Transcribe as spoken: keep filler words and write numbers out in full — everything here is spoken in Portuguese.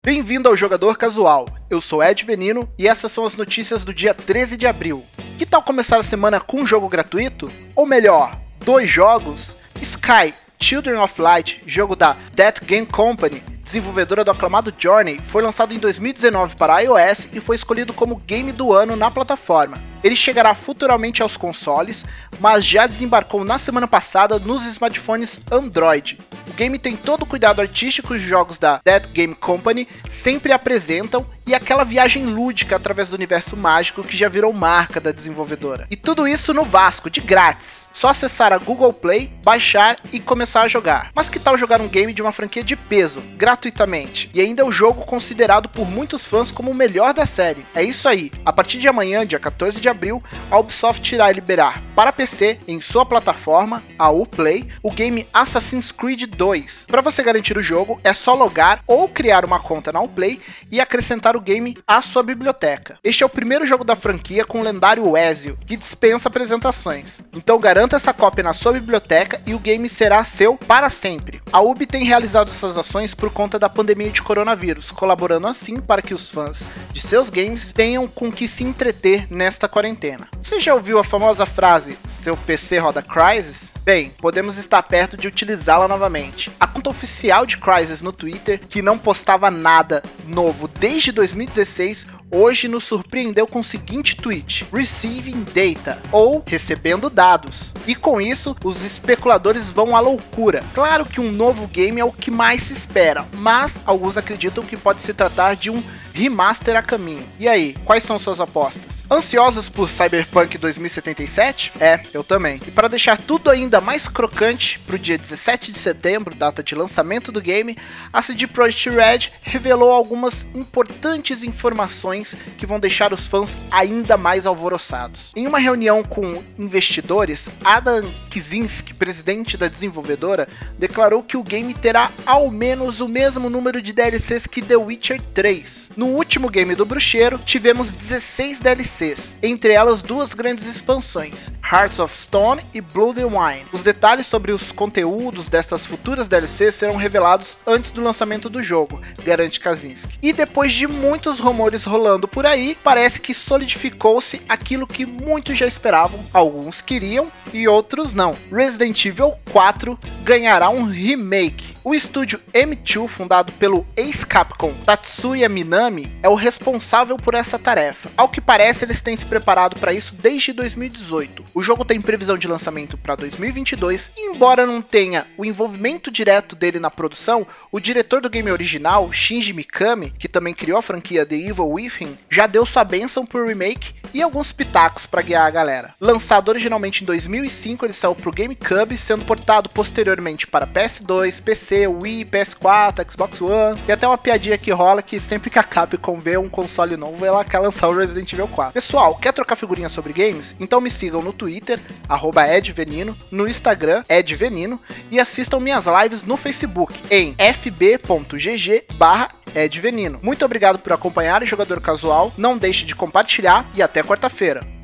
Bem-vindo ao Jogador Casual, eu sou Ed Venino e essas são as notícias do dia treze de abril. Que tal começar a semana com um jogo gratuito? Ou melhor, dois jogos? Sky, Children of Light, jogo da That Game Company, desenvolvedora do aclamado Journey, foi lançado em dois mil e dezenove para iOS e foi escolhido como Game do Ano na plataforma. Ele chegará futuramente aos consoles, mas já desembarcou na semana passada nos smartphones Android. O game tem todo o cuidado artístico que os jogos da That Game Company sempre apresentam e aquela viagem lúdica através do universo mágico que já virou marca da desenvolvedora. E tudo isso no Vasco, de grátis. Só acessar a Google Play, baixar e começar a jogar. Mas que tal jogar um game de uma franquia de peso, gratuitamente? E ainda é o jogo considerado por muitos fãs como o melhor da série. É isso aí, a partir de amanhã, dia quatorze de abril, a Ubisoft irá liberar para P C, em sua plataforma, a Uplay, o game Assassin's Creed dois. Para você garantir o jogo, é só logar ou criar uma conta na Uplay e acrescentar o game à sua biblioteca. Este é o primeiro jogo da franquia com o lendário Ezio, que dispensa apresentações. Então garanta essa cópia na sua biblioteca e o game será seu para sempre. A Ubi tem realizado essas ações por conta da pandemia de coronavírus, colaborando assim para que os fãs de seus games tenham com que se entreter nesta quarentena. Você já ouviu a famosa frase, seu P C roda Crysis? Bem, podemos estar perto de utilizá-la novamente. A conta oficial de Crysis no Twitter, que não postava nada novo desde dois mil e dezesseis, hoje nos surpreendeu com o seguinte tweet: Receiving Data, ou recebendo dados. E com isso, os especuladores vão à loucura. Claro que um novo game é o que mais se espera, mas alguns acreditam que pode se tratar de um remaster a caminho. E aí, quais são suas apostas? Ansiosos por Cyberpunk dois mil e setenta e sete? É, eu também. E para deixar tudo ainda mais crocante, para o dia dezessete de setembro, data de lançamento do game, a C D Projekt Red revelou algumas importantes informações que vão deixar os fãs ainda mais alvoroçados. Em uma reunião com investidores, Adam Kicinski, presidente da desenvolvedora, declarou que o game terá ao menos o mesmo número de D L Cs que The Witcher três. No último game do bruxeiro, tivemos dezesseis D L Cs, entre elas duas grandes expansões, Hearts of Stone e Blood and Wine. Os detalhes sobre os conteúdos destas futuras D L Cs serão revelados antes do lançamento do jogo, garante Kaczynski. E depois de muitos rumores rolando por aí, parece que solidificou-se aquilo que muitos já esperavam, alguns queriam e outros não. Resident Evil quatro ganhará um remake. O estúdio M dois, fundado pelo ex-Capcom Tatsuya Minami, é o responsável por essa tarefa. Ao que parece, eles têm se preparado para isso desde dois mil e dezoito. O jogo tem previsão de lançamento para dois mil e vinte e dois, e embora não tenha o envolvimento direto dele na produção, o diretor do game original, Shinji Mikami, que também criou a franquia The Evil Within, já deu sua bênção pro remake e alguns pitacos para guiar a galera. Lançado originalmente em dois mil e cinco, ele saiu pro GameCube, sendo portado posteriormente para P S dois, P C, Wii, P S quatro, Xbox One, e até uma piadinha que rola que sempre que a Capcom vê um console novo, ela quer lançar o Resident Evil quatro. Pessoal, quer trocar figurinhas sobre games? Então me sigam no Twitter, arroba edvenino, no Instagram, edvenino, e assistam minhas lives no Facebook, em fb.gg barra edvenino. Muito obrigado por acompanhar o Jogador Casual, não deixe de compartilhar e até quarta-feira.